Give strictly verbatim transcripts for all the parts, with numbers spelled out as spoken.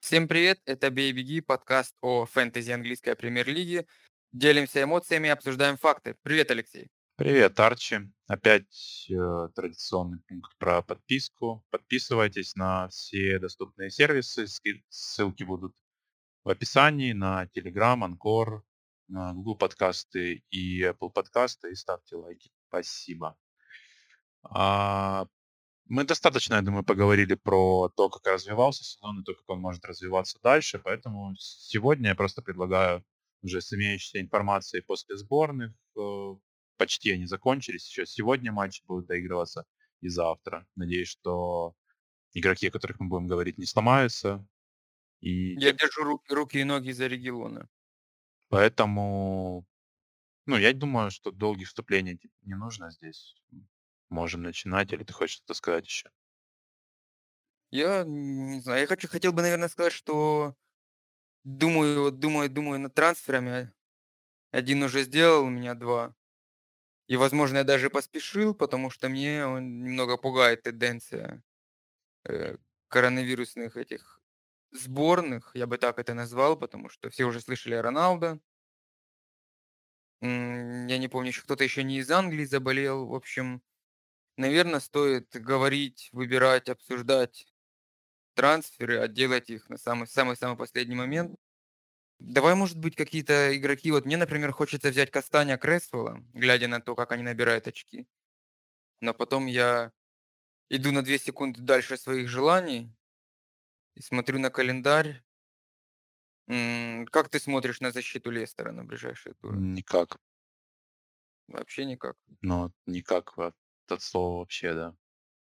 Всем привет, это «Бей беги», подкаст о фэнтези английской премьер-лиги. Делимся эмоциями, обсуждаем факты. Привет, Алексей. Привет, Арчи. Опять э, традиционный пункт про подписку. Подписывайтесь на все доступные сервисы. ски- Ссылки будут в описании на Telegram, Anchor, на Google подкасты и Apple подкасты. И ставьте лайки. Спасибо. А, мы достаточно, я думаю, поговорили про то, как развивался сезон и то, как он может развиваться дальше. Поэтому сегодня я просто предлагаю уже с имеющейся информацией после сборных. э, Почти они закончились. Еще сегодня матчи будут доигрываться и завтра. Надеюсь, что игроки, о которых мы будем говорить, не сломаются. И Я те, держу руки, руки и ноги за региона. поэтому, ну, я думаю, что долгих вступлений типа не нужно здесь. Можем начинать. Или ты хочешь что-то сказать еще? Я не знаю, я хочу, хотел бы, наверное, сказать, что думаю, вот думаю, думаю над трансферами. Один уже сделал, у меня два. И, возможно, я даже поспешил, потому что мне он немного пугает тенденция э, коронавирусных этих сборных, я бы так это назвал, потому что все уже слышали о Роналдо. М, я не помню, еще кто-то еще не из Англии заболел. В общем, наверное, стоит говорить, выбирать, обсуждать трансферы, а делать их на самый самый самый последний момент. Давай, может быть, какие-то игроки. Вот мне, например, хочется взять Кастаня Кресвелла, глядя на то, как они набирают очки. Но потом я иду на две секунды дальше своих желаний и смотрю на календарь. М, как ты смотришь на защиту Лестера на ближайшие туры? Никак. Вообще никак. Но никак вот от слова вообще, да.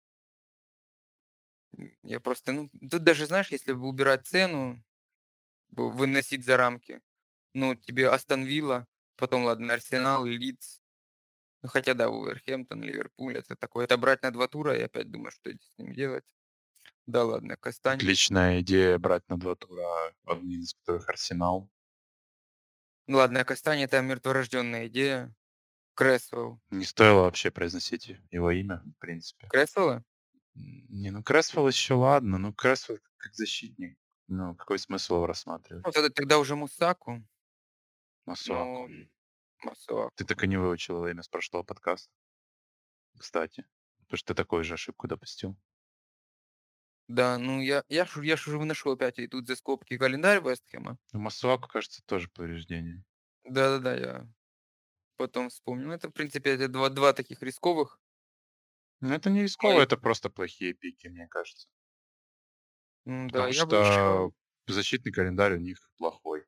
М, я просто, ну, тут даже, знаешь, если бы убирать цену, б выносить за рамки, ну, тебе Астон Вилла, потом, ладно, Арсенал, Лидс, ну, хотя, да, Вулверхэмптон, Ливерпуль — это такое, это брать на два тура, и опять думаю, что с ним делать. Да ладно, Кастань. Отличная идея брать на два тура, один из которых Арсенал. Ну ладно, Кастань — это мертворожденная идея. Кресвелл. Не стоило вообще произносить его имя, в принципе. Кресвелла? М, Не, ну Кресвелл еще ладно, ну Кресвелл как защитник. Ну, какой смысл его Ну, рассматривать? тогда тогда уже Мусаку. Масуаку. Ну, Ты Масуаку. так и не выучил его имя с прошлого подкаста, кстати. Потому что ты такую же ошибку допустил. Да, ну я я ж я ж уже выношу опять и тут за скобки календарь Вестхэма. Ну, Масуаку, кажется, тоже повреждение. Да-да-да, я потом вспомню. Ну, это, в принципе, это два два таких рисковых. Ну, это не рисково, Мои это просто плохие пики, мне кажется. М-да, Потому я бы еще. что защитный календарь у них плохой.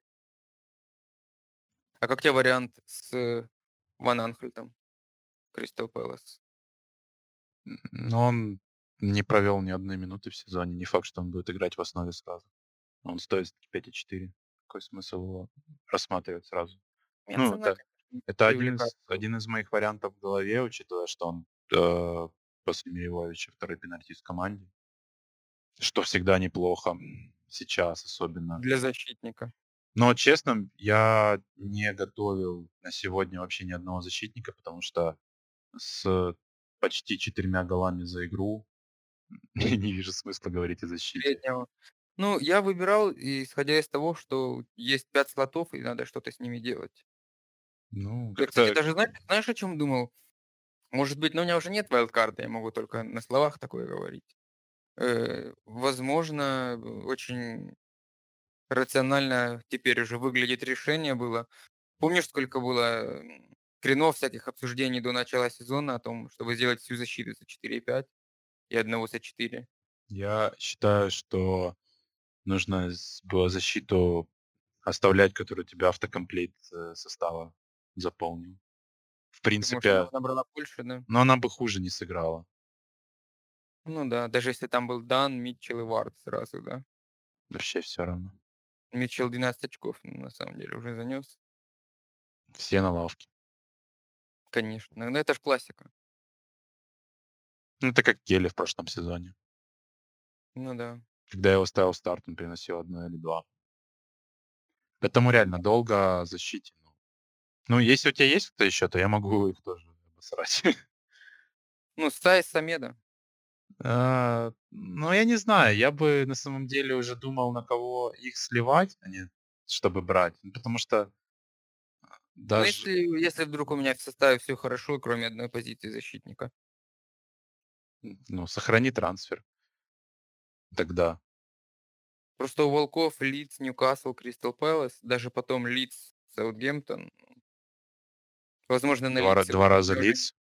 А как тебе вариант с э, Ван Анхельтом, Кристал Пэлас? М, но он не провел ни одной минуты в сезоне. Не факт, что он будет играть в основе сразу. Он стоит пять и четыре. Какой смысл его рассматривать сразу? Меня Ну, цена, это конечно, не это один привлекает. из один из моих вариантов в голове, учитывая, что он, э, после Миливовича второй пенальтист в команде, что всегда неплохо, сейчас особенно. Для защитника. Но, честно, я не готовил на сегодня вообще ни одного защитника, потому что с почти четырьмя голами за игру не вижу смысла говорить о защите. Среднего. Ну, я выбирал, исходя из того, что есть пять слотов, и надо что-то с ними делать. Ну, Я, кстати, как-то даже знаешь знаешь, о чем думал? Может быть, но у меня уже нет вайлдкарта, я могу только на словах такое говорить. Э, возможно, очень рационально теперь уже выглядит решение было. Помнишь, сколько было, м, скринов, всяких обсуждений до начала сезона о том, чтобы сделать всю защиту за четыре и пять и одного за четыре? я считаю, что нужно с было защиту оставлять, которую тебе автокомплект, э, состава заполнил. В Думаешь, она принципе, набрала больше, да? но она бы хуже не сыграла. Ну да, даже если там был Дан, Митчелл и Вард сразу, да. Вообще все равно. Митчелл двенадцать очков, ну, на самом деле, уже занес. Все на лавке. Конечно, ну это ж классика. Ну, это как Келли в прошлом сезоне. Ну да. Когда я его ставил в старт, он приносил одно или два. Поэтому реально долго защите. Ну, ну, если у тебя есть кто еще, то я могу их тоже обосрать. Ну, Сайс Самеда. А, ну, я не знаю, я бы на самом деле уже думал, на кого их сливать, а не чтобы брать. Ну, потому что Ну, даже, если если вдруг у меня в составе все хорошо, кроме одной позиции защитника. м, ну, сохрани трансфер тогда. Просто у Волков Лидс, Ньюкасл, Кристал Пэлас, даже потом Лидс, Саутгемптон. Возможно, на Два ра Лидсе два будет раза предложение. Лидс,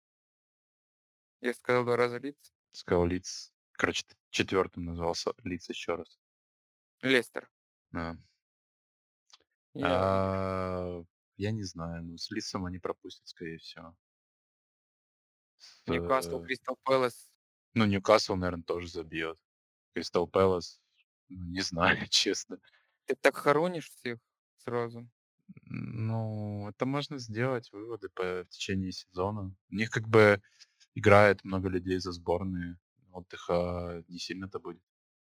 Я сказал два раза Лидс. сказал Лидс. Короче, четвертым назвался Лидс еще раз. Лестер. Да. Я А, я не знаю, ну, с Лидсом они пропустят, скорее всего. С, Ньюкасл, э, Кристал Пэлас. ну, Ньюкасл, наверно, тоже забьет. Кристал Пэлас, ну, не знаю, честно. Ты так хоронишь всех сразу. Ну, это можно сделать, выводы по в течение сезона. У них как бы играет много людей за сборные. Отдыха не сильно-то будет.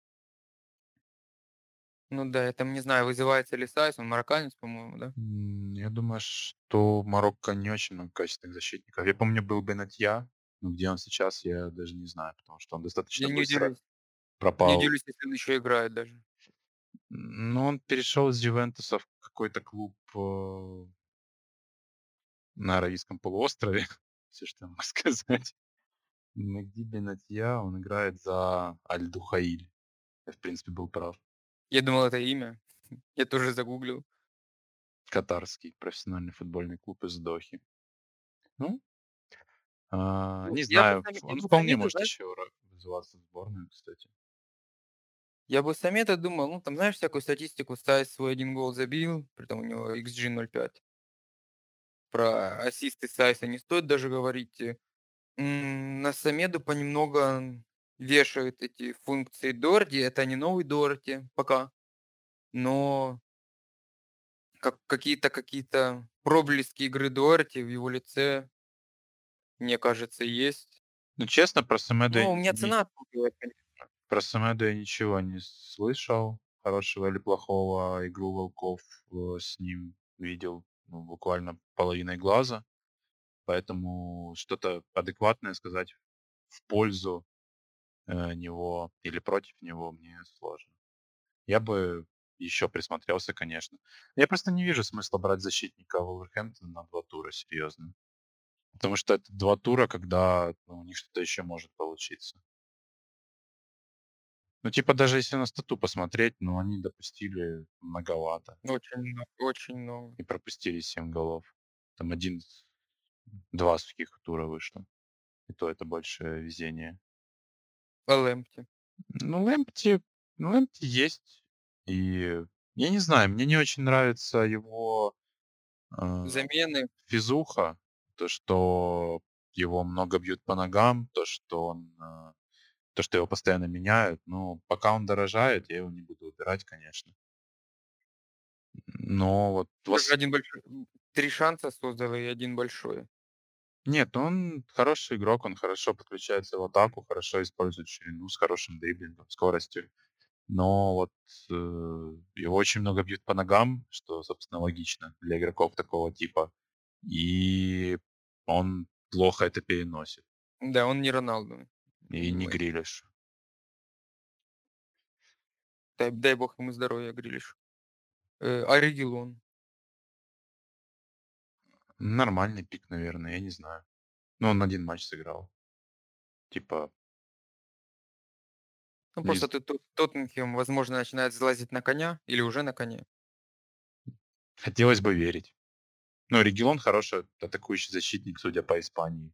Ну да, я там не знаю, вызывается ли Сайс, он марокканец, по-моему, да? М, я думаю, что Марокко не очень много качественных защитников. Я помню, был Бенатья, но где он сейчас, я даже не знаю, потому что он достаточно Я не быстро удивлюсь. Не пропал. удивлюсь, если он еще играет даже. Но он перешел из "Ювентуса" в какой-то клуб, э, на Аравийском полуострове. Все, что я могу сказать. Мехди Бенатья, он играет за Аль-Духаиль. Я, в принципе, был прав. Я думал, это имя. Я тоже загуглил. Катарский профессиональный футбольный клуб из Дохи. Ну, а, Ну, не я бы знаю, Саме ф я он бы вполне Самета, может знаешь, еще ра вызываться в сборную, кстати. я бы Самета думал, ну, там, знаешь, всякую статистику Сайс свой один гол забил, притом у него икс джи ноль пять. Про ассисты Сайса не стоит даже говорить. Э, м, на Самеду понемногу вешают эти функции Дорти. Это не новый Дорти пока, но как какие-то какие-то проблески игры Дорти в его лице, мне кажется, есть. Ну, честно, про Семеду я Ну, у меня ни цена отпугивает, конечно. про Семеду я ничего не слышал, хорошего или плохого. Игру Волков, э, с ним видел, ну, буквально половиной глаза, поэтому что-то адекватное сказать в пользу, э, него или против него мне сложно. Я бы еще присмотрелся, конечно. Я просто не вижу смысла брать защитника Вулверхэмптона на два тура, серьезно. Потому что это два тура, когда, ну, у них что-то еще может получиться. Ну, типа, даже если на стату посмотреть, ну, они допустили многовато Очень много, очень много. и пропустили семь голов. Там один, два сухих тура вышло. И то это больше везение. А Лэмпти? Ну, Лэмпти, ну, Лэмпти есть. И я не знаю, мне не очень нравится его а, Замены. физуха, то, что его много бьют по ногам, то, что он, а, то, что его постоянно меняют. Ну, пока он дорожает, я его не буду убирать, конечно. Но вот Даже вас один большой м, три шанса создал и один большой. нет, он хороший игрок, он хорошо подключается в атаку, хорошо использует ширину с хорошим дриблингом, скоростью. Но вот, э, его очень много бьют по ногам, что, собственно, логично для игроков такого типа. И он плохо это переносит. Да, он не Роналду. И не Мы Грилиш. дай дай бог ему здоровья, Грилиш. Э, а Регилон? Нормальный пик, наверное, я не знаю. Ну, он один матч сыграл. Типа, Ну, не просто з ты тут Тоттенхэм, возможно, начинает залазить на коня или уже на коне. хотелось бы верить. Но Регилон хороший атакующий защитник, судя по Испании.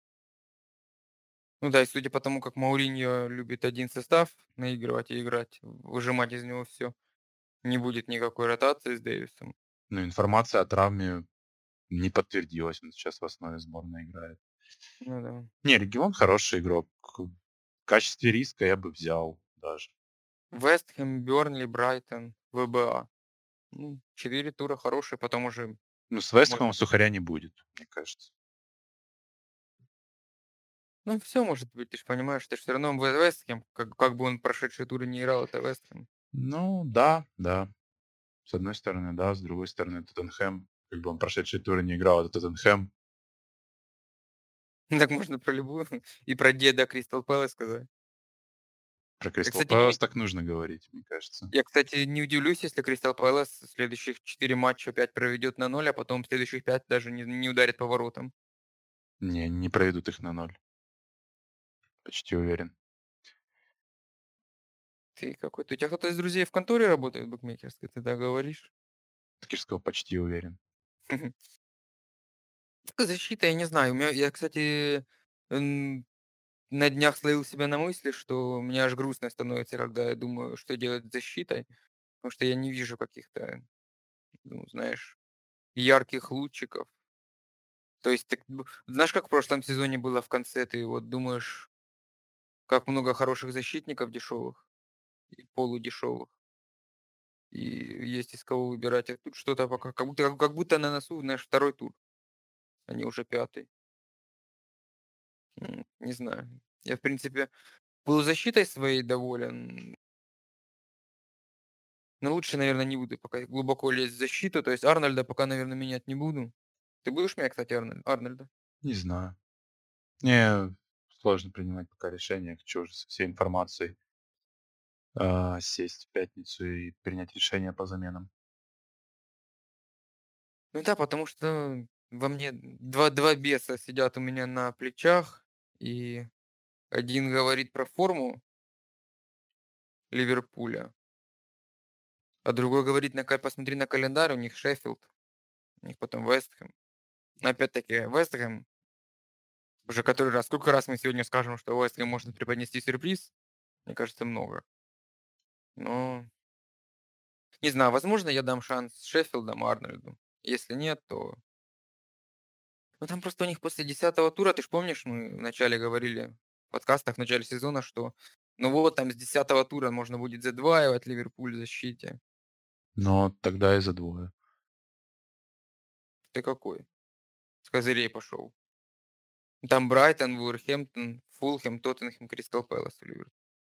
Ну да, и судя по тому, как Мауриньо любит один состав наигрывать и играть, выжимать из него все, не будет никакой ротации с Дэвисом. Ну, информация о травме не подтвердилась. Он сейчас в основе сборной играет. Ну да. Не, Регион хороший игрок. В качестве риска я бы взял даже. Вест Хэм, Бёрнли, Брайтон, вэ бэ а. Ну, четыре тура хорошие, потом уже Ну, с Вестхэмом можно. сухаря не будет, мне кажется. Ну, все может быть, ты ж понимаешь, ты ж всё равно Ве Вест Хэм, как как бы он прошедшие туры не играл, это Вест Хэм. Ну да, да. С одной стороны, да, с другой стороны, Тоттенхэм, как бы он прошедшие туры не играл, это Тоттенхэм. Так можно про любую и про деда Кристал Пэлас сказать. Про Я, Кристал кстати, не Пэлас так нужно говорить, мне кажется. я, кстати, не удивлюсь, если Кристал Пэлас следующих четыре матча опять проведет на ноль, а потом следующих пять даже не не ударит по воротам. Не, не проведут их на ноль. Почти уверен. Ты какой-то у тебя кто-то из друзей в конторе работает букмекерской, ты так говоришь? Так я же сказал, почти уверен. Защита, я не знаю. У меня я, кстати, м, на днях словил себя на мысли, что мне аж грустно становится, когда я думаю, что делать с защитой, потому что я не вижу каких-то, ну, знаешь, ярких лучиков. То есть, так, б знаешь, как в прошлом сезоне было в конце? Ты вот думаешь, как много хороших защитников дешевых и полудешевых, и есть из кого выбирать. А тут что-то пока как будто как будто на носу, знаешь, второй тур, а не уже пятый. М, не знаю. Я, в принципе, полузащитой своей доволен. Но лучше, наверное, не буду пока глубоко лезть в защиту. То есть Арнольда пока, наверное, менять не буду. Ты будешь менять, кстати, Арнольд Арнольда? Не знаю. Мне сложно принимать пока решение. Хочу уже со всей информацией а, сесть в пятницу и принять решение по заменам. Ну да, потому что во мне два два беса сидят у меня на плечах, и один говорит про форму Ливерпуля, а другой говорит: на ка посмотри на календарь, у них Шеффилд, у них потом Вест Хэм. Но опять-таки Вест Хэм уже который раз, сколько раз мы сегодня скажем, что Вест Хэм может преподнести сюрприз? Мне кажется, много. Но не знаю, возможно, я дам шанс Шеффилдом Арнольду. Если нет, то ну, там просто у них после десятого тура, ты ж помнишь, мы вначале говорили в подкастах в начале сезона, что ну вот там с десятого тура можно будет задваивать Ливерпуль в защите. Но тогда и за двое. Ты какой? С козырей пошел. Там Брайтон, Вулверхэмптон, Фулхэм, Тоттенхэм, Кристал Пэлас, Ливер.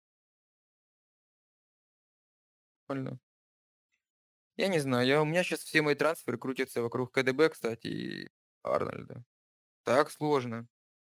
Нормально. Я не знаю, я у меня сейчас все мои трансферы крутятся вокруг КДБ, кстати, и Арнольда. Так сложно.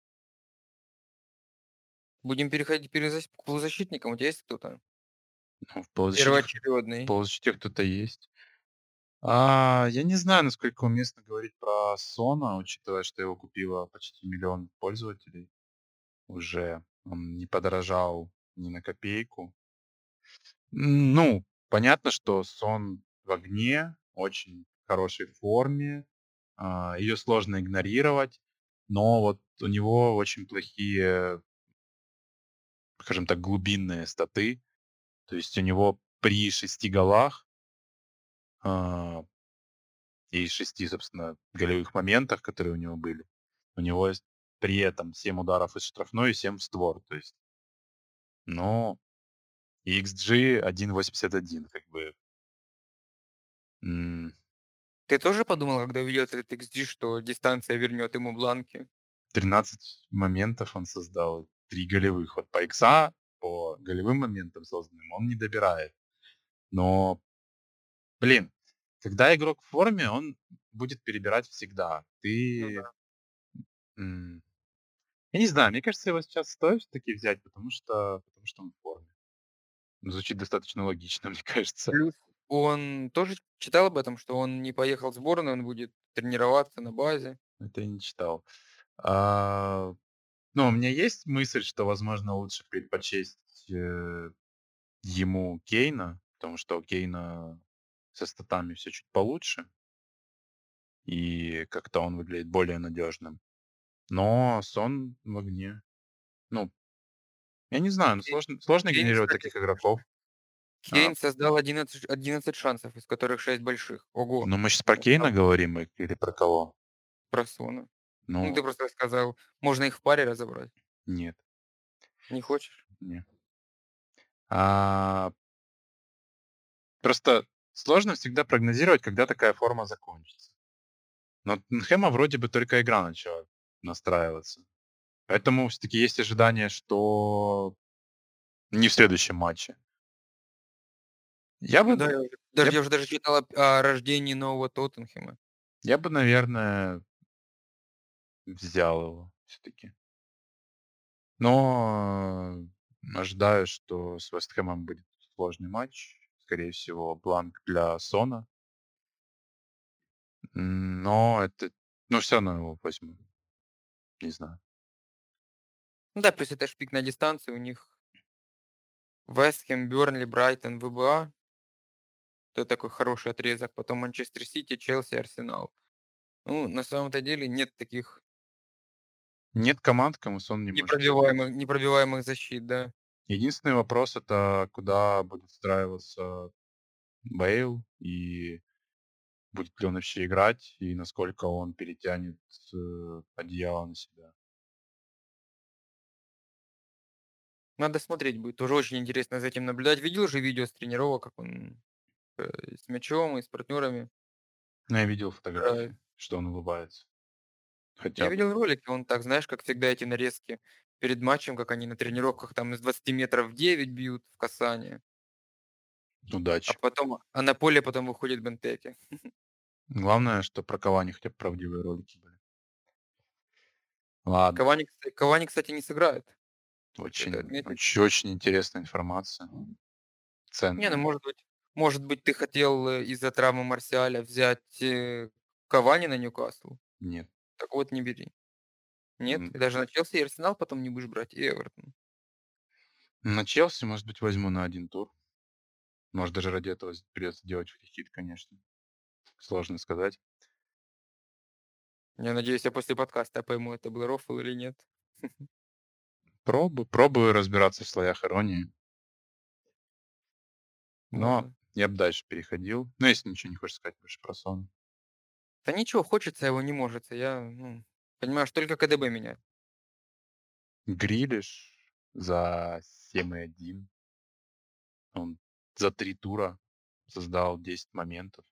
Будем переходить перезащ к полузащитникам. У тебя есть кто-то? Ну, в полузащите, в Первоочередный. полузащите кто-то есть. А, я не знаю, насколько уместно говорить про Сона, учитывая, что его купило почти миллион пользователей уже. Он не подорожал ни на копейку. М, Ну, понятно, что Сон в огне, очень хорошей форме, а, ее сложно игнорировать, но вот у него очень плохие, скажем так, глубинные статы. То есть у него при шести голах а, и шести, собственно, голевых моментах, которые у него были, у него есть при этом семь ударов из штрафной и семь в створ. То есть, ну, и икс джи один целых восемьдесят один, как бы. м, Ты тоже подумал, когда увидел этот икс джи, что дистанция вернет ему бланки? тринадцать моментов он создал, три голевых. Вот по икса, по голевым моментам созданным он не добирает. Но, блин, когда игрок в форме, он будет перебирать всегда. Ну Ты, да. м, я не знаю, мне кажется, его сейчас стоит все-таки взять, потому что, потому что он в форме. Звучит достаточно логично, мне кажется. Плюс он тоже читал об этом, что он не поехал в сборную, он будет тренироваться на базе. Это я не читал. А, ну, у меня есть мысль, что, возможно, лучше предпочесть э, ему Кейна, потому что у Кейна со статами все чуть получше, и как-то он выглядит более надежным. Но Сон в огне. Ну, я не знаю, ну Кей сложно, сложно Кейн, генерировать кстати, таких игроков. А, Кейн создал одиннадцать одиннадцать шансов, из которых шесть больших. Ого! ну, мы сейчас про Красава. Кейна говорим и- или про кого? Про Сона. Ну, Ну, ты просто сказал, можно их в паре разобрать. нет, Не хочешь? нет. А, просто сложно всегда прогнозировать, когда такая форма закончится. Но у Тоттенхэма вроде бы только игра начала настраиваться. Поэтому все-таки есть ожидание, что не в следующем матче. Я Ну бы, да, я уже даже я, я уже даже читал об о рождении нового Тоттенхэма. я бы, наверное, взял его. всё-таки. Но, э, ожидаю, что с Вест Хэмом будет сложный матч. Скорее всего, бланк для Сона. М, но это но всё равно его возьму. Не знаю. Ну да, плюс это шпик на дистанции у них. Вест Хэм, Бёрнли, Брайтон, ВБА. Это такой хороший отрезок. Потом Манчестер Сити, Челси, Арсенал. Ну, на самом-то деле нет таких Нет команд, кому Сон не может забить. непробиваемых непробиваемых защит, да. Единственный вопрос- это куда будет встраиваться Бейл, и будет ли он вообще играть, и насколько он перетянет, э, одеяло на себя. Надо смотреть будет. Тоже очень интересно за этим наблюдать. Видел же видео с тренировок, как он, э, с мячом и с партнерами Ну, я видел играет. фотографии, что он улыбается. Я Хотя бы. видел ролики, он так, знаешь, как всегда эти нарезки перед матчем, как они на тренировках там из двадцати метров девять бьют в касание. А Удачи. потом, а на поле потом выходит Бентеке. Главное, что про Кавани хотя бы правдивые ролики были. Ладно. Кавани, кста Кавани, кстати, не сыграет. Хочу это Очень отметить. оч очень интересная информация. Не, ну, Ценная. может быть может быть, ты хотел, э, из-за травмы Марсиаля взять, э, Кавани на Ньюкасл? Нет. Так вот, не бери. Нет? М. И даже на Челси и Арсенал потом не будешь брать, и Эвертон? На Челси, может быть, возьму на один тур. Может, даже ради этого з придется делать рекит, конечно. Сложно сказать. Я надеюсь, я после подкаста пойму, это был рофл или нет. Пробу пробую разбираться в слоях иронии. Но Ладно. я б дальше переходил. Ну, если ничего не хочешь сказать больше про Сон. Да ничего, хочется его, не можется. Я, ну, понимаешь, только КДБ меняет. Грилиш за семь и один. Он за три тура создал десять моментов.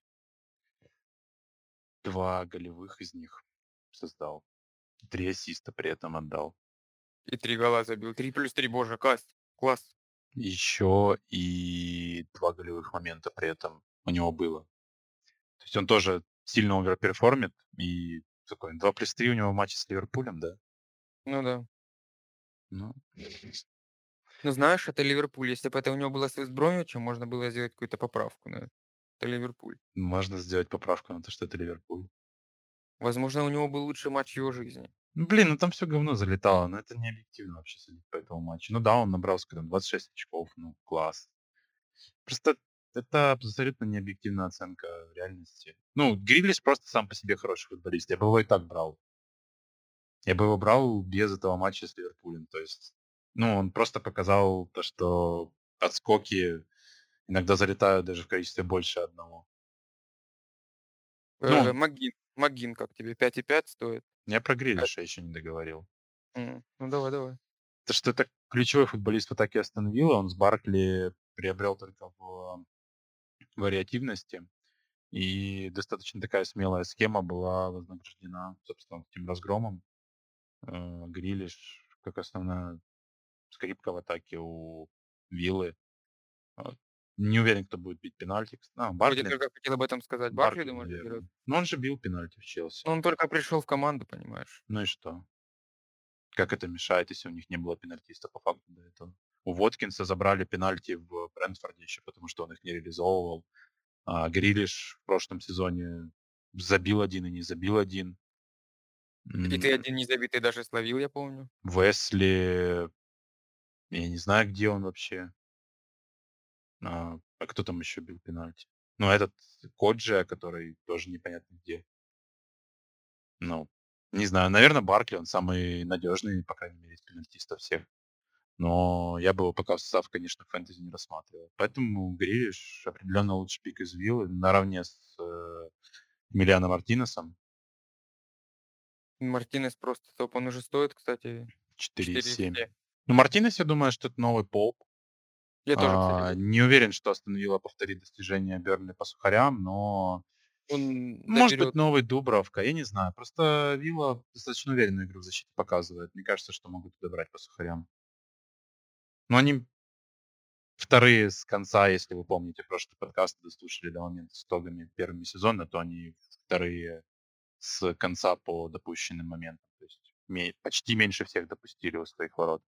два голевых из них создал. три ассиста при этом отдал. И три гола забил. три плюс три, боже, каст класс. Еще и два голевых момента при этом у него было. То есть он тоже сильно оверперформит. И такой два плюс три у него в матче с Ливерпулем, да? Ну да. Ну. Ну, знаешь, это Ливерпуль. Если бы это у него было с Вест Бромвичем, можно было сделать какую-то поправку на это. Это Ливерпуль. Можно сделать поправку на то, что это Ливерпуль. Возможно, у него был лучший матч в его жизни. Ну, блин, ну там всё говно залетало, но это не объективно вообще судить по этому матчу. Ну да, он набрал сколько там, двадцать шесть очков, ну класс. Просто это абсолютно необъективная оценка реальности. Ну, Грилиш просто сам по себе хороший футболист. Я бы его и так брал. Я бы его брал без этого матча с Ливерпулем. То есть, ну, он просто показал то, что отскоки иногда залетают даже в количестве больше одного. Ну, Э, он Макгин Макгин как тебе? пять и пять стоит? Я про пять. Грилиша еще не договорил. М, ну давай, давай. То, что это ключевой футболист в атаке Астон Виллы, он с Баркли приобрел только в вариативности. И достаточно такая смелая схема была вознаграждена, собственно, этим разгромом. Э, Грилиш как основная скрипка в атаке у Виллы. А, не уверен, кто будет бить пенальти. Кс а, Вот я Баркли. только хотел об этом сказать. Баркли, Баркли, думаешь, заберет? наверно. Но он же бил пенальти в Челси. Ну, он только пришел в команду, понимаешь. Ну и что? Как это мешает, если у них не было пенальтиста по факту до этого? У Воткинса забрали пенальти в Брентфорде еще потому, что он их не реализовывал. А Грилиш в прошлом сезоне забил один и не забил один. И ты М. один не забитый даже словил, я помню. Уэсли я не знаю, где он вообще. А, а кто там еще бил пенальти? Ну, этот Коджа, который тоже непонятно где. Ну, не знаю, наверно, Баркли, он самый надежный, по крайней мере, из пенальтистов всех. Но я бы его пока в состав, конечно, фэнтези не рассматривал. Поэтому Грилиш определенно лучший пик из Виллы наравне с, э, Эмилиано Мартинесом. Мартинес просто топ. Он уже стоит, кстати, четыре и четыре семь. все. Ну, Мартинес, я думаю, что это новый Поуп. Я тоже, кстати, А, думаю. не уверен, что Астон Вилла повторит достижения Бернли по сухарям, но Он может быть, заберет. новый Дубровка, я не знаю. Просто Вилла достаточно уверенную игру в защите показывает. Мне кажется, что могут подобрать по сухарям. Но они вторые с конца, если вы помните прошлый подкаст, дослушали до момента с итогами первыми сезона, то они вторые с конца по допущенным моментам. То есть ме почти меньше всех допустили у своих ворот.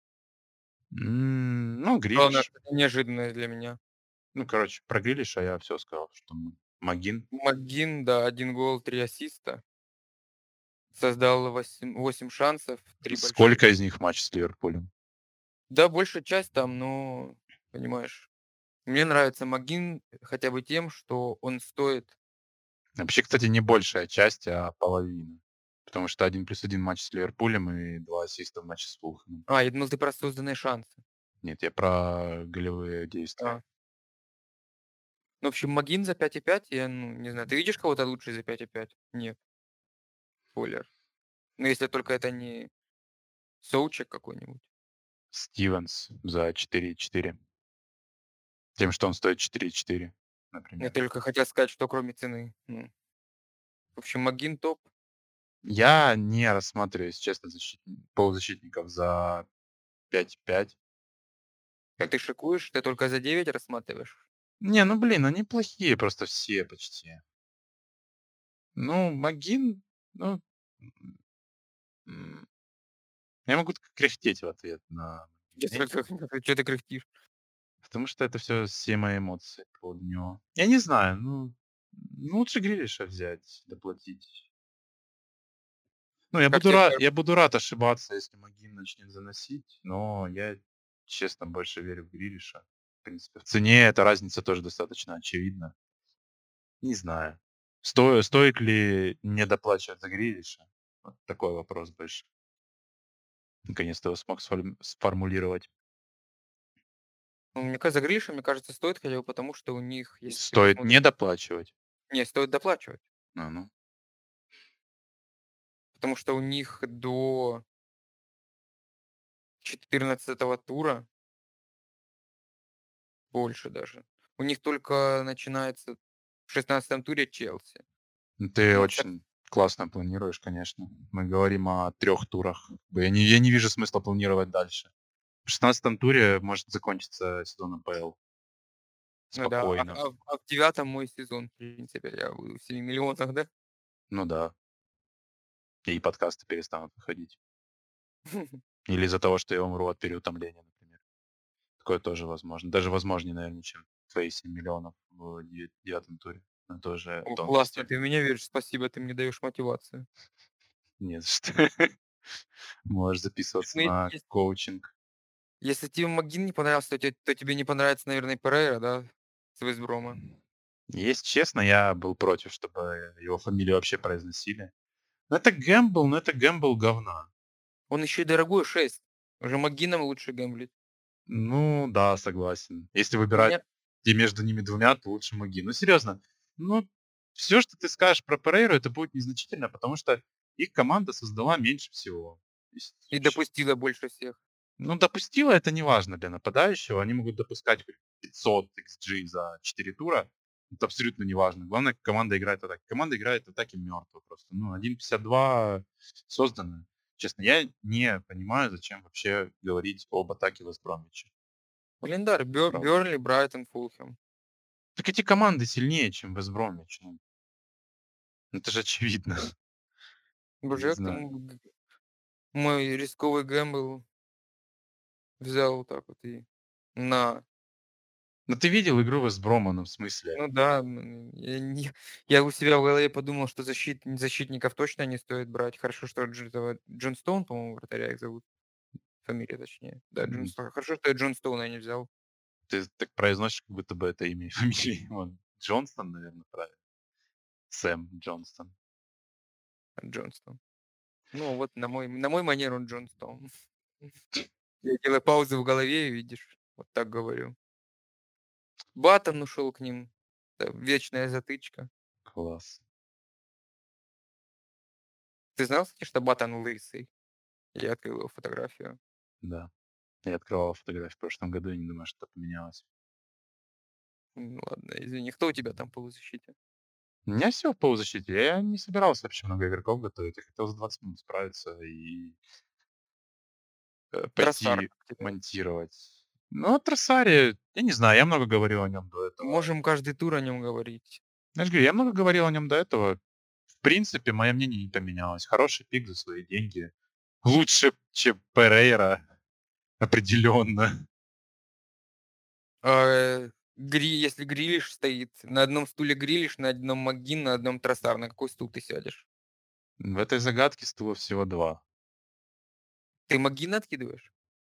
М, ну, Главное, Грилиш. что неожиданное для меня. Ну, короче, про Грилиша я все сказал, что м Магин. МcGinn, да, один гол, три ассиста. Создал восемь восемь шансов, три больших. Сколько из них матч с Ливерпулем? Да, большая часть там, но, понимаешь, мне нравится МcGinn хотя бы тем, что он стоит. Вообще, кстати, не большая часть, а половина. Потому что один плюс один матч с Ливерпулем и два ассиста в матче с Фулхэмом. А, я думал, ты про созданные шансы. Нет, я про голевые действия. А. Ну, в общем, МcGinn за пять и пять, я, ну, не знаю, ты видишь кого-то лучше за пять и пять? Нет, спойлер. Ну, если только это не Соучек какой-нибудь. Стивенс за четыре и четыре. Тем, что он стоит четыре и четыре, Я например. только хотел сказать, что кроме цены. Ну, в общем, МcGinn топ. Я не рассматриваю, если честно, защит полузащитников за пять и пять. А Как ты шикуешь? Ты только за девять рассматриваешь? Не, ну блин, они плохие просто все почти. Ну, Магин, ну, м, м, я могу только кряхтеть в ответ на Магина, Чё ты кряхтишь? потому что это все все мои эмоции по поводу него. Я не знаю, ну, ну лучше Грилиша взять, доплатить. Ну, я Как буду тебе рад, кажется? я буду рад ошибаться, если Магин начнет заносить, но я, честно, больше верю в Грилиша. В принципе, в цене эта разница тоже достаточно очевидна. Не знаю. Сто стоит ли не доплачивать за Грилиша? Вот такой вопрос больше. Наконец-то его смог сформ сформулировать. Ну, мне кажется, за Гриша, мне кажется, стоит хотя бы потому, что у них, если ты Стоит посмотришь. не доплачивать. Не, стоит доплачивать. А, ну. Потому что у них до четырнадцатого тура, больше даже, у них только начинается в шестнадцатом туре Челси. Ну, ты Ну, кстати, очень классно планируешь, конечно. Мы говорим о трех турах. Как бы я не я не вижу смысла планировать дальше. В шестнадцатом туре может закончиться сезон АПЛ. ну да, а Спокойно. а в а в девятом мой сезон, в принципе, я буду в семи миллионах, да? Ну да. И подкасты перестанут выходить. Или из-за того, что я умру от переутомления, например. Такое тоже возможно. Даже возможнее, наверное, чем твои семь миллионов в девя девятом туре. Но это уже О, классно, тонкости. ты в меня веришь, спасибо, ты мне даешь мотивацию. Не за что. Можешь записываться Ну, е на ес коучинг. если тебе МcGinn не понравился, то те то тебе не понравится, наверное, и Перейра, да, с Вест-Брома? Если честно, я был против, чтобы его фамилию вообще произносили. Ну, это гэмбл, но это гэмбл говна. Он еще и дорогой, шесть. Уже МcGinn'ом лучше гэмблить. Ну да, согласен. Если выбирать Мне и между ними двумя, то лучше Маги. Ну серьезно, ну все, что ты скажешь про Перейру, это будет незначительно, потому что их команда создала меньше всего. То есть, и щ- допустила больше всех. ну, допустила это не важно для нападающего. Они могут допускать хоть пятьсот икс джи за четыре тура. Это абсолютно не важно. Главное, команда играет в атаке. Команда играет в атаке мертво просто. Ну, один пятьдесят два созданы. Честно, я не понимаю, зачем вообще говорить об атаке Вестбромвича. Блин, да, Бё Правда. Бёрнли, Брайтон, Фулхэм. Так эти команды сильнее, чем Вест Бромвич. Ну, это же очевидно. Не Боже, как ты знаю. м г мой рисковый гэмбл взял вот так вот и на. Ну ты видел игру Вест Брома, ну в смысле? Ну да, м, я не я у себя в голове подумал, что защит защитников точно не стоит брать. Хорошо, что Дж этого Джон Стоун, по-моему, вратаря их зовут. Фамилия точнее. Да, Джон М, Стоун. Хорошо, что я Джон Стоуна не взял. Ты так произносишь, как будто бы это имя и фамилия. Он Джонстон, наверное, правильно. Сэм Джонстон. Джон Стоун. Ну, вот на мой на мой манер он Джон Стоун. Я делаю паузы в голове, и видишь, вот так говорю. Баттон ушел к ним. Да, вечная затычка. Класс. Ты знал, кстати, что Баттон лысый? Я открыл его фотографию. Да. Я открывал фотографии в прошлом году и не думаю, что поменялось. Ну ладно, извини. Кто у тебя там в полузащите? У меня все в полузащите. Я не собирался вообще много игроков готовить. Я хотел за двадцать минут справиться и э, Троссар, пойти как тебе? монтировать. Ну, о Тросаре, я не знаю, я много говорил о нем до этого. Можем каждый тур о нем говорить. Я же говорю, я много говорил о нем до этого. В принципе, мое мнение не поменялось. Хороший пик за свои деньги. Лучше, чем Перейра, определенно. А, э, Гри если Грилиш стоит, на одном стуле Грилиш, на одном МакГinn, на одном Тросар, на какой стул ты сядешь? В этой загадке стулов всего два. Ты МакГинна откидываешь?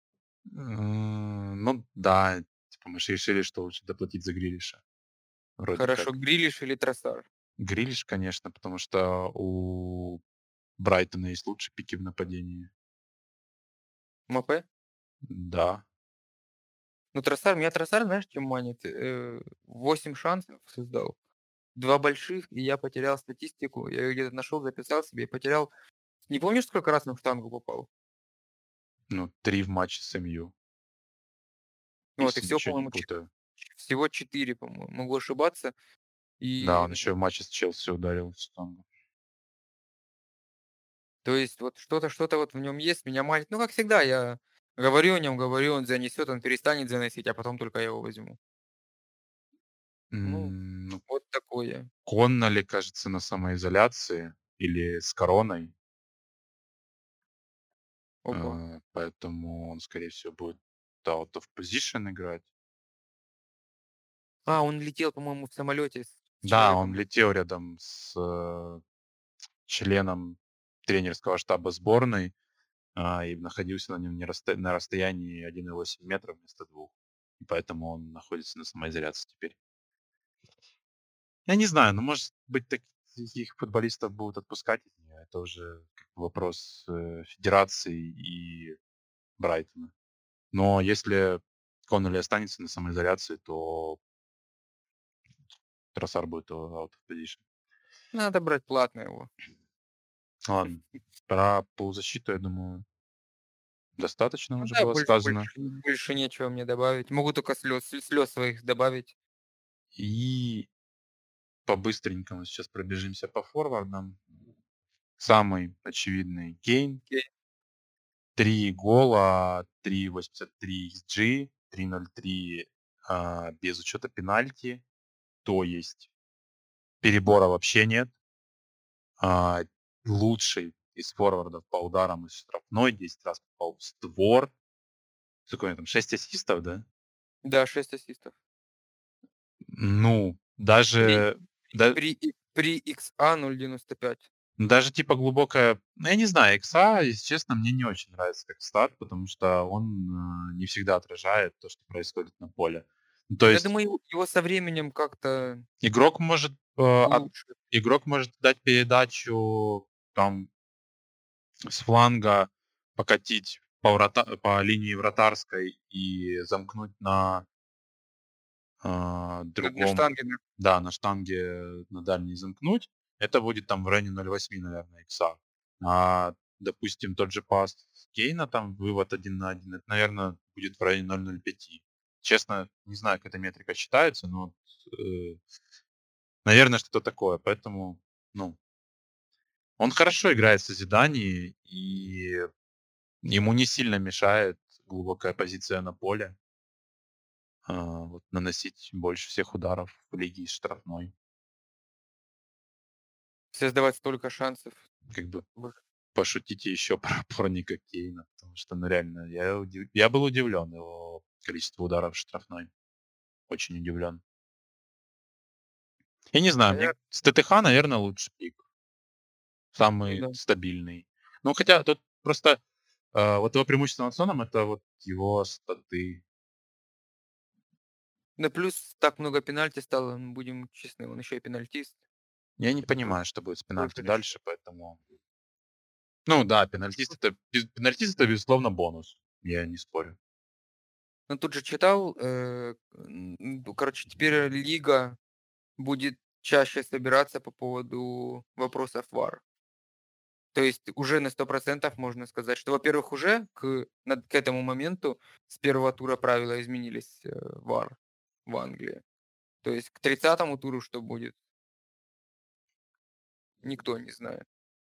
М, ну да, типа мы же решили, что лучше доплатить за Грилиша. Вроде Хорошо, как. Грилиш или Тросар? Грилиш, конечно, потому что у Брайтона есть лучшие пики в нападении. МП? Да. Ну, Тросар меня Тросар, знаешь, чем манит? Э, восемь шансов создал, два больших, и я потерял статистику. Я её где-то нашел, записал себе и потерял. Не помнишь, сколько раз он в штангу попал? Ну, три в матче с МЮ. Вот, и Если всего, ничего не по-моему, ч путаю. всего четыре, по-моему. Могу ошибаться. Да, И он еще в матче с Челси ударил в штангу. То есть вот что-то что-то вот в нем есть, меня манит. Ну, как всегда, я говорю о нем, говорю, он занесет, он перестанет заносить, а потом только я его возьму. Ну, М, ну, вот такое. Конноли, кажется, на самоизоляции или с короной, Ого. э, поэтому он, скорее всего, будет out of position играть. А, он летел, по-моему, в самолете с с Да, он человеком. летел рядом с э, членом тренерского штаба сборной, а, и находился на нем не расто на расстоянии один и восемь метров вместо двух. И поэтому он находится на самоизоляции теперь. Я не знаю, ну, может быть, таки таких футболистов будут отпускать из неё. Это уже как бы вопрос, э, федерации и Брайтона. Но если Коннелли останется на самоизоляции, то Тросар будет о out of position. Надо брать платно его. Ладно, про полузащиту, я думаю, достаточно Ну уже да, было больше сказано. больше больше нечего мне добавить. Могу только слез слез своих добавить. И по-быстренькому сейчас пробежимся по форвардам. Самый очевидный — Кейн. Окей. три гола, три восемьдесят три XG, три ноль три, а, без учета пенальти. То есть перебора вообще нет. А, лучший из форвардов по ударам из штрафной, десять раз попал в створ. Сколько у него там, шесть ассистов, да? Да, шесть ассистов. Ну, При даже да при и при икс а ноль девяносто пять. даже типа глубокая, ну, я не знаю, икса, если честно, мне не очень нравится как стат, потому что он, э, не всегда отражает то, что происходит на поле. Ну, то Я есть думаю, его его со временем как-то игрок может, э, от улучшат. игрок может дать передачу там с фланга, покатить по врата по линии вратарской и замкнуть на а, На на другом, штанге, да. да, на штанге на дальней замкнуть. Это будет там в районе ноль восемь, наверное, икса. А, допустим, тот же пас Кейна, там вывод один на один, это, наверное, будет в районе ноль ноль пять. Честно, не знаю, как эта метрика считается, но, э, наверное, что-то такое. Поэтому, ну, он хорошо играет в созидании, и ему не сильно мешает глубокая позиция на поле, а, вот наносить больше всех ударов в лиге из штрафной. Создавать столько шансов. Как бы Бых. пошутите еще про опорника Кейна, потому что, ну, реально, я удив я был удивлен его количеству ударов в штрафной. Очень удивлен. Я не знаю, А я мне с ТТХ, наверное, лучший пик, ну самый да. стабильный. Ну, хотя тут просто, а, вот его преимущество над Соном — это вот его статы. Да плюс так много пенальти стало, м, будем честны, он еще и пенальтист. Я не Это тоже понимаю, что будет с тоже пенальти хорошо. дальше, поэтому ну да, пенальтист — это без пенальтист — это, безусловно, бонус. Я не спорю. Ну, тут же читал, э, н ну, короче, теперь лига будет чаще собираться по поводу вопросов ВАР. То есть уже на сто процентов можно сказать, что, во-первых, уже к над к этому моменту с первого тура правила изменились, э, ВАР в Англии. То есть к тридцатому туру что будет, никто не знает.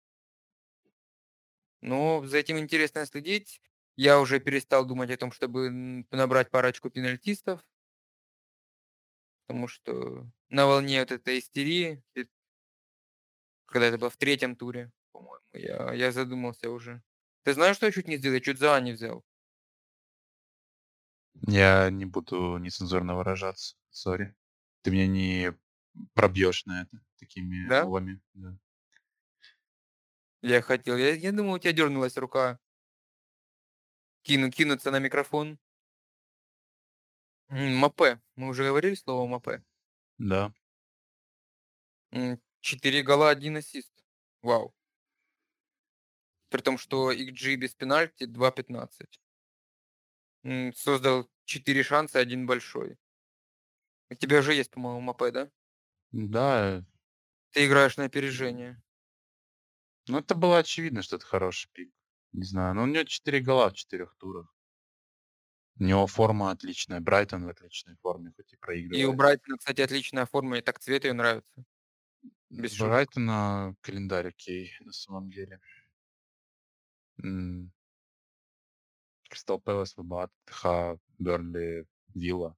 Но за этим интересно следить. Я уже перестал думать о том, чтобы, м, набрать парочку пенальтистов, потому что на волне вот этой истерии, когда это было в третьем туре, по-моему, я я задумался уже. Ты знаешь, что я чуть не сделал? Я чуть за не взял. Я не буду нецензурно выражаться, сори. Ты меня не пробьешь на это такими Да? мовами, да. Я хотел. Я я думал, у тебя дернулась рука кину кинуться на микрофон. М, Мапе. Мы уже говорили слово Мапе? Да. М, четыре гола, один ассист. Вау. При том, что X G без пенальти два пятнадцать. М, создал четыре шанса, один большой. У тебя же есть, по-моему, Мапе, да? Да, Ты играешь на опережение. ну это было очевидно, что это хороший пик. Не знаю, но у него четыре гола в четырех турах. У него форма отличная, Брайтон в отличной форме, хоть и И у проигрывает. Брайтона, кстати, отличная форма, и так цвет её нравится. Без шуток. Брайтона календарь окей, на самом деле. М, Кристал Пэлас, ВБА, Бернли, Вилла.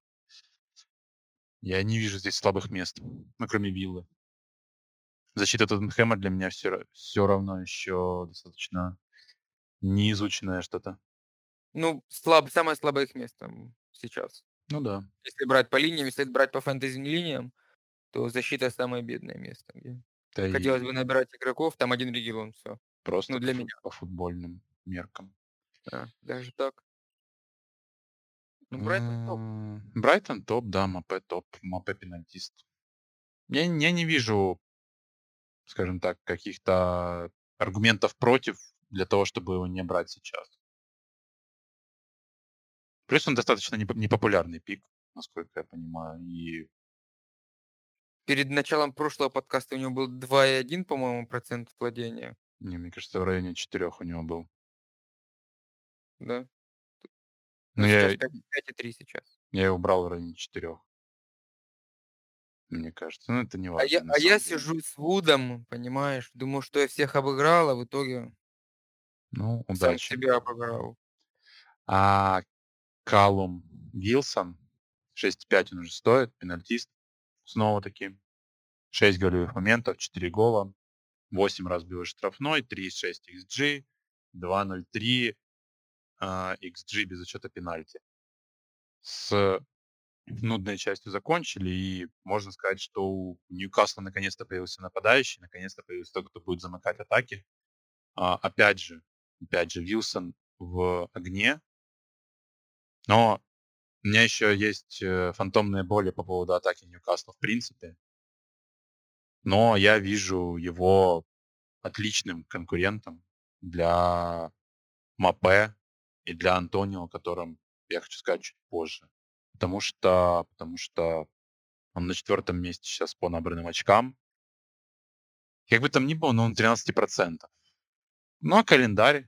Я не вижу здесь слабых мест, ну, кроме Виллы. Защита Тоттенхэма для меня все, все равно еще достаточно неизученное что-то. Ну, слаб самое слабое их место, м, сейчас. Ну да, Если брать по линиям, если брать по фэнтези-линиям, то защита самое бедное место, где да хотелось и бы набирать игроков, там один регион, всё. просто Ну, по, для фут- меня, по футбольным меркам. да, даже так. Ну, Брайтон топ. М, Брайтон топ, да, Мапе топ, Мапе пенальтист. Я, я не вижу, скажем так, каких-то аргументов против для того, чтобы его не брать сейчас. Плюс он достаточно непо- непопулярный пик, насколько я понимаю. И Перед началом прошлого подкаста у него был два и один, по-моему, процент владения, не, мне кажется, в районе четырех у него был. да? Но Ну, сейчас я, пять пять и три сейчас. я его брал в районе четырех, мне кажется. Но это не А я важно на а я самом деле. сижу с Вудом, понимаешь, думаю, что я всех обыграл, а в итоге Ну, сам удачи. себя обыграл. А Калум Вилсон шесть и пять он уже стоит, пенальтист. Снова-таки шесть голевых моментов, четыре гола, восемь разбил штрафной, три и шесть X G, два ноль три а, X G без учета пенальти. С нудной частью закончили, и можно сказать, что у Ньюкасла наконец-то появился нападающий, наконец-то появился тот, кто будет замыкать атаки. А, опять же, опять же, Вилсон в огне, но у меня еще есть э, фантомные боли по поводу атаки Ньюкасла в принципе, но я вижу его отличным конкурентом для Мапе и для Антонио, о котором я хочу сказать чуть позже. Потому что, потому что он на четвертом месте сейчас по набранным очкам. Как бы там ни было, но он тринадцать процентов. Ну, а календарь,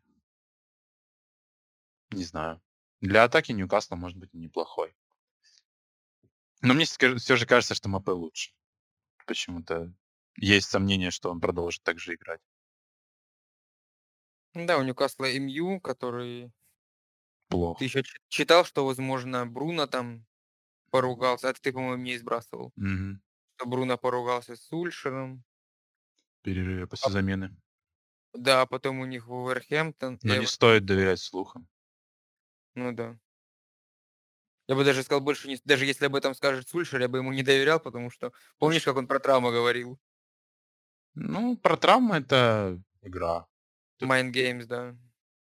не знаю. Для атаки Ньюкасла может быть и неплохой. Но мне все же кажется, что Мапе лучше. Почему-то есть сомнение, что он продолжит так же играть. Да, у Ньюкасла эм ю, который ты Плохо. еще читал, что, возможно, Бруно там поругался, а ты, по-моему, мне и сбрасывал, Мгм. что Бруно поругался с Сульшером. Перерыве А, после замены. да, а потом у них Вулверхэмптон, Но не Эвертон. стоит доверять слухам. Ну да. Я бы даже сказал, больше не даже если об этом скажет Сульшер, я бы ему не доверял, потому что помнишь, как он про травму говорил? Ну, про травмы это игра. Тут, Mind Games, да.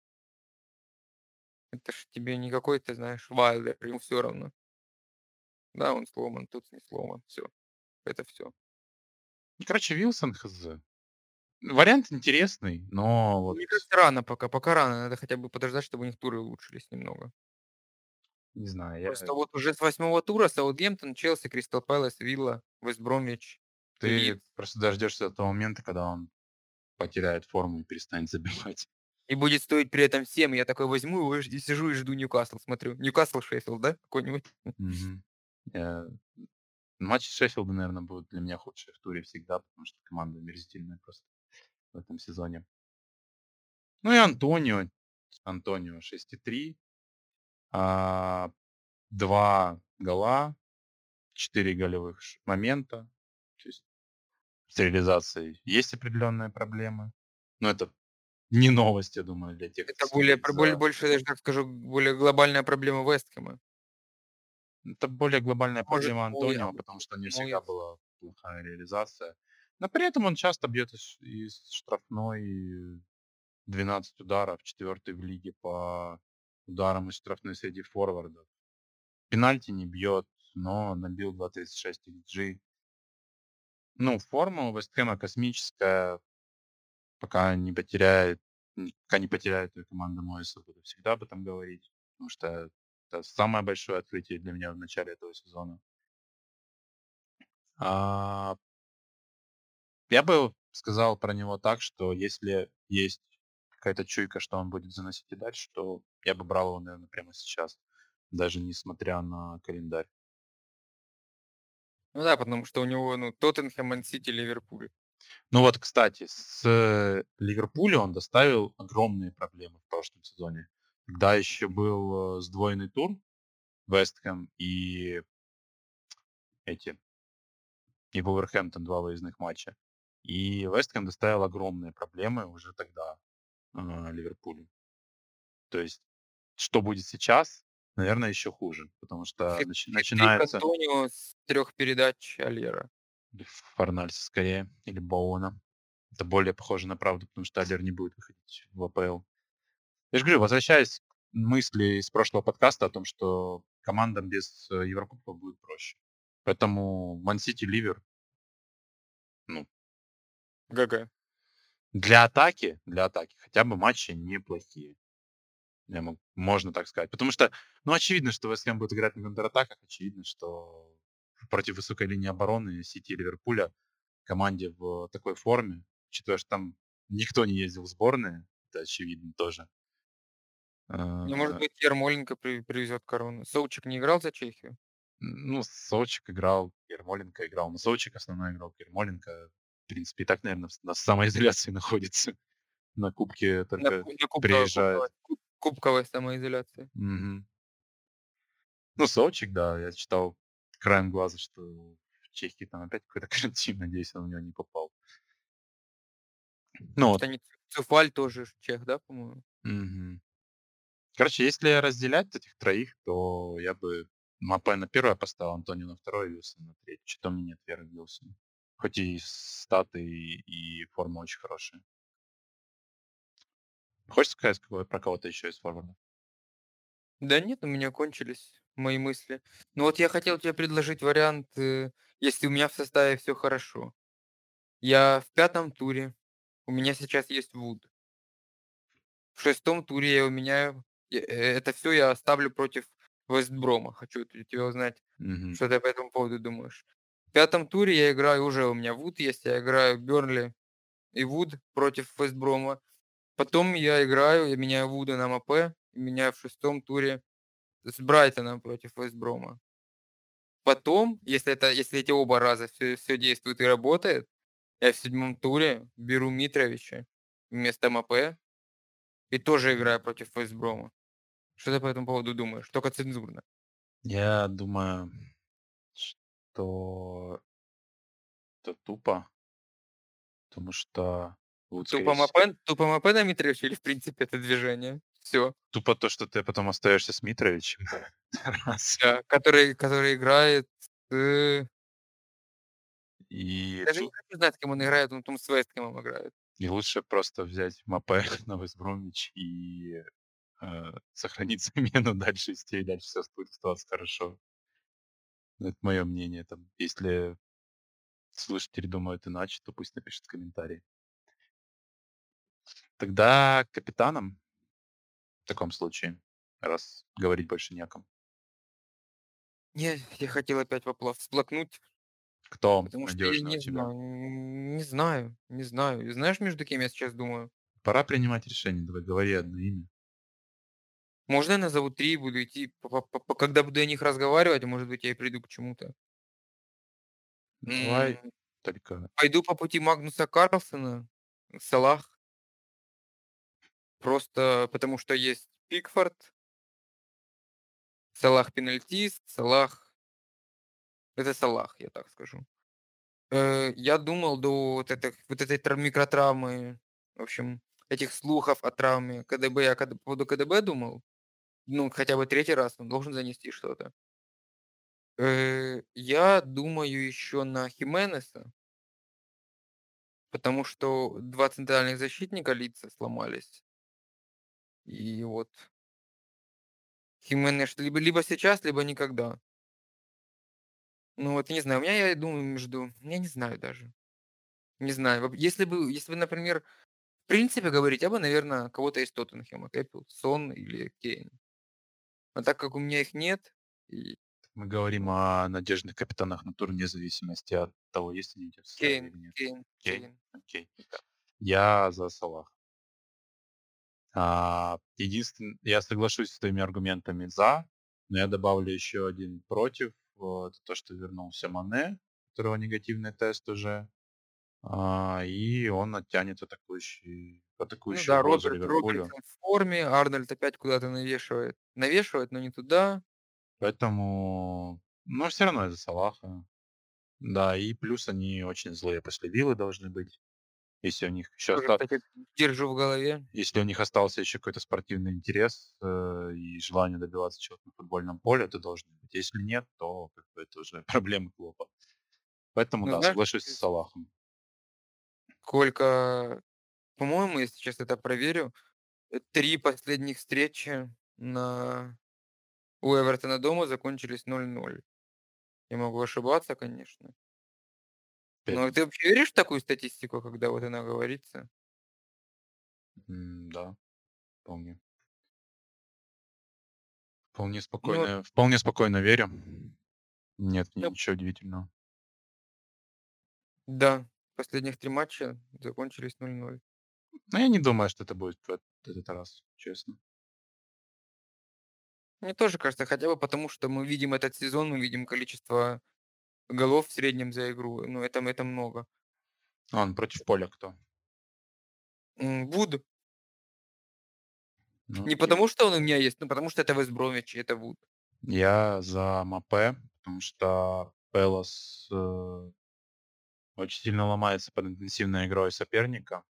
Это ж тебе не какой-то, знаешь, Вайлдер, ему все равно. Да, он сломан, тут не сломан, все. Это все. ну, короче, Вилсон хз. Вариант интересный, но вот Мне кажется, рано пока, пока рано. Надо хотя бы подождать, чтобы у них туры улучшились немного. не знаю, я Просто вот уже с восьмого тура Саутгемптон, Челси, Кристал Пэлас, Вилла, Вест Бромвич, ты Лидс. просто дождешься того момента, когда он потеряет форму и перестанет забивать. И будет стоить при этом семь. Я такой возьму его и ж и сижу и жду Ньюкасл, смотрю. Ньюкасл, Шеффилд, да, какой-нибудь? Мгм. Э, Матчи Шеффилда, наверное, будут для меня худшие в туре всегда, потому что команда омерзительная просто в этом сезоне. Ну и Антонио. Антонио шесть и три, а, два гола, четыре голевых ш- момента. То есть с реализацией есть определенные проблемы. Но это не новость, я думаю, для тех, кто Это более следит про боль за больше, даже так скажу, более глобальная проблема Вест Хэма. Это более глобальная Может, проблема Моуи, а Антонио, может, потому что у него всегда Моуэс. была плохая реализация. Но при этом он часто бьет из из штрафной двенадцать ударов, четвертый в лиге по ударам из штрафной среди форвардов. Пенальти не бьет, но набил два тридцать шесть икс джи. Ну, форма у Вест Хэма космическая. Пока не потеряет, м, пока не потеряет её команда Моэса, буду всегда об этом говорить, потому что это самое большое открытие для меня в начале этого сезона. А я бы сказал про него так, что если есть какая-то чуйка, что он будет заносить и дальше, то я бы брал его, наверно, прямо сейчас, даже несмотря на календарь. Ну да, потому что у него, ну, Тоттенхэм, Ман-Сити, Ливерпуль. Ну вот, кстати, с Ливерпулем он доставил огромные проблемы в прошлом сезоне, когда еще был, э, сдвоенный тур Вест Хэм и эти и Вулверхэмптон, два выездных матча. И Вест Хэм доставил огромные проблемы уже тогда, а, Ливерпулю. То есть, что будет сейчас, наверно, еще хуже, потому что Хет начи хет-трик начинается Антонио с трех передач Альера. Или Форнальса скорее, или Боуэна. Это более похоже на правду, потому что Аллер не будет выходить в АПЛ. Я же говорю, возвращаясь к мысли из прошлого подкаста о том, что командам без, э, Еврокубков будет проще. Поэтому Ман-Сити, Ливер ну ГГ. для атаки для атаки хотя бы матчи неплохие. Я мог можно так сказать. Потому что, ну, очевидно, что Вест Хэм будет играть на контратаках. Очевидно, что против высокой линии обороны Сити и Ливерпуля, команде в такой форме, учитывая, что там никто не ездил в сборные, это очевидно тоже. Ну, может А быть, Ярмоленко при привезет корону. Соучик не играл за Чехию? Ну, Сочек играл, Ярмоленко играл. Но Сочек основной игрок, Ярмоленко, в принципе, и так, наверно, в с на самоизоляции находится. На кубке На только ку на кубковой приезжает. кубковой куб кубковой самоизоляции. Мгм. Ну, Сочек, да, я читал краем глаза, что в Чехии там опять какой-то карантин. Надеюсь, он в него не попал. Ну Потому вот. что они Цуфаль тоже ж чех, да, по-моему? Мгм. Короче, если разделять этих троих, то я бы Мапе на первое поставил, Антонио на второе, Вилсон на третье. Чё-то у меня нет веры в Вилсона. Хоть и статы, и и форма очень хорошая. Хочешь сказать какого про кого-то еще из форвардов? Да нет, у меня кончились мои мысли. Но вот я хотел тебе предложить вариант, э, если у меня в составе всё хорошо. Я в пятом туре, у меня сейчас есть Вуд. В шестом туре я его меняю. Э это всё я оставлю против Вест Брома. Хочу вот у тебя узнать, Мгм. что ты по этому поводу думаешь. В пятом туре я играю, уже у меня Вуд есть, я играю Бернли и Вуд против Вест Брома. Потом я играю, я меняю Вуда на Мапе, меняю в шестом туре с Брайтоном против Вест Брома. Потом, если это если эти оба раза всё всё действует и работает, я в седьмом туре беру Митровича вместо Мапе и тоже играю против Вест Брома. Что ты по этому поводу думаешь? Тока цензурно. Я думаю, что это тупо. Потому что Вуд, скорее Тупо вс Мапе тупо Мапе на Митровича или в принципе это движение? Всё. Тупо то, что ты потом остаешься с Митровичем. Раз. Да, который который играет с И Даже не тут хочу знать, с кем он играет, он там с Вест Хэмом играет. И лучше просто взять Мапе на Вест Бромвич и, э, сохранить замену дальше идти, и дальше всё будет оставаться хорошо. Ну, это моё мнение. Там, если слушатели думают иначе, то пусть напишут в комментарии. Тогда капитаном в таком случае, раз говорить больше не о ком. Не, я хотел опять вопла всплакнуть. Кто Потому что я надежный у не тебя? знаю не знаю не знаю. И знаешь, между кем я сейчас думаю? Пора принимать решение. Давай, говори одно имя. Можно я назову три и буду идти, по по по когда буду о них разговаривать, может быть, я и приду к чему-то. М. Давай, только Пойду по пути Магнуса Карлсена, Салах. Просто потому что есть Пикфорд. Салах пенальтист, Салах это Салах, я так скажу. Э, я думал до вот этой вот этой тра микротравмы, в общем этих слухов о травме КДБ. Я когда по поводу КДБ думал, ну, хотя бы третий раз он должен занести что-то. Э, я думаю еще на Хименеса, потому что два центральных защитника лица сломались. И вот Хименес либо либо сейчас, либо никогда. Ну вот не знаю, у меня, я думаю, между я не знаю даже. Не знаю, вот если бы если бы, например, в принципе говорить, я бы, наверно, кого-то из Тоттенхэма кэпил: Сон или Кейн. А так как у меня их нет, и Мы говорим о надежных капитанах на тур вне зависимости от того, есть они у тя в составе Кейн, или нет. Кейн, Кейн? Кейн. Окей. Да. Я за Салаха. А, единствен я соглашусь с твоими аргументами "за", но я добавлю еще один "против". Вот то, что вернулся Мане, у которого негативный тест уже, а, и он оттянет атакующий Ну атакующую да, базу Роберт Ливерпуля. Робертсон в форме, Арнольд опять куда-то навешивает. Навешивает, но не туда. Поэтому, но всё равно я за Салаха. Да, и плюс они очень злые после Виллы должны быть. Если у них еще Тоже, оста кстати, держу в голове. если у них остался еще какой-то спортивный интерес, э, и желание добиваться чего-то на футбольном поле, то должны быть. Если нет, то как бы это уже проблемы Клопа. Поэтому Ну, да, знаешь, соглашусь с из Салахом. Сколько, по-моему, я сейчас это проверю, э, три последних встречи на у Эвертона дома закончились ноль ноль. Я могу ошибаться, конечно. Пять. Но ты вообще веришь в такую статистику, когда вот она говорится? М-да, вполне. Вполне Ну вот спокойно вполне спокойно верю. Нет в ней Ну ничего удивительного. Да, последних три матча закончились ноль ноль. Но я не думаю, что это будет в эт этот раз, честно. Мне тоже кажется, хотя бы потому, что мы видим этот сезон, мы видим количество голов в среднем за игру. Ну, это это много. Ладно, против поля кто? М, Вуд. Ну Не окей. потому, что он у меня есть, но потому что это Вест Бромвич, и это Вуд. Я за Мапе, потому что Пелос, э очень сильно ломается под интенсивной игрой соперника.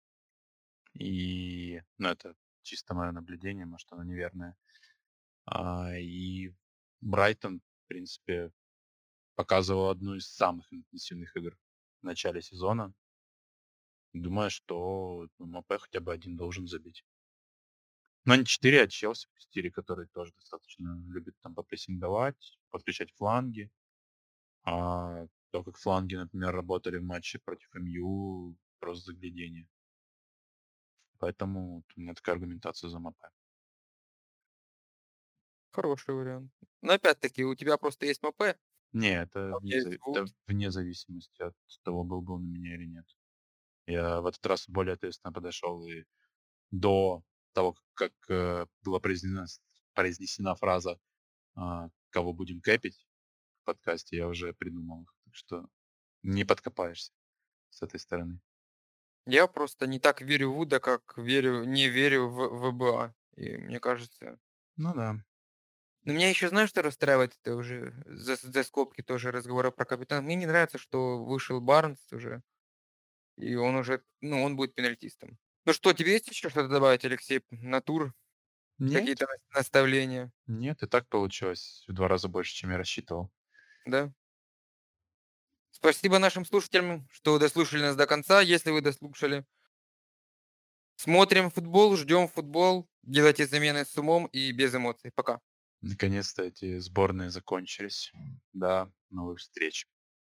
И, ну, это чисто мое наблюдение, может, оно неверное. А, и Брайтон, в принципе, показывал одну из самых интенсивных игр в начале сезона. Думаю, что Мапе хотя бы один должен забить. Но не четыре, а Челси в стиле, который тоже достаточно любит там попрессинговать, подключать фланги. А то, как фланги, например, работали в матче против МЮ, просто загляденье. Поэтому вот у меня такая аргументация за Мапе. Хороший вариант. Но опять-таки у тебя просто есть Мапе, Не, это а у вне меня есть зави это Вуд. вне зависимости от того, был бы он у меня или нет. Я в этот раз более ответственно подошел и до того, как, э, была произнена с произнесена фраза, а, кого будем кэпить в подкасте, я уже придумал их. Так что не подкопаешься с этой стороны. Я просто не так верю в Вуда, как верю не верю в ВБА. И мне кажется Ну да. Но меня еще знаешь, что расстраивает? Это уже за за скобки тоже разговора про капитана. Мне не нравится, что вышел Барнс уже, и он уже, ну, он будет пенальтистом. Ну что, тебе есть еще что-то добавить, Алексей, на тур? Нет. Какие-то нас наставления? Нет, и так получилось в два раза больше, чем я рассчитывал. Да? Спасибо нашим слушателям, что дослушали нас до конца, если вы дослушали. Смотрим футбол, ждем футбол, делайте замены с умом и без эмоций. Пока. Наконец-то эти сборные закончились. До новых встреч!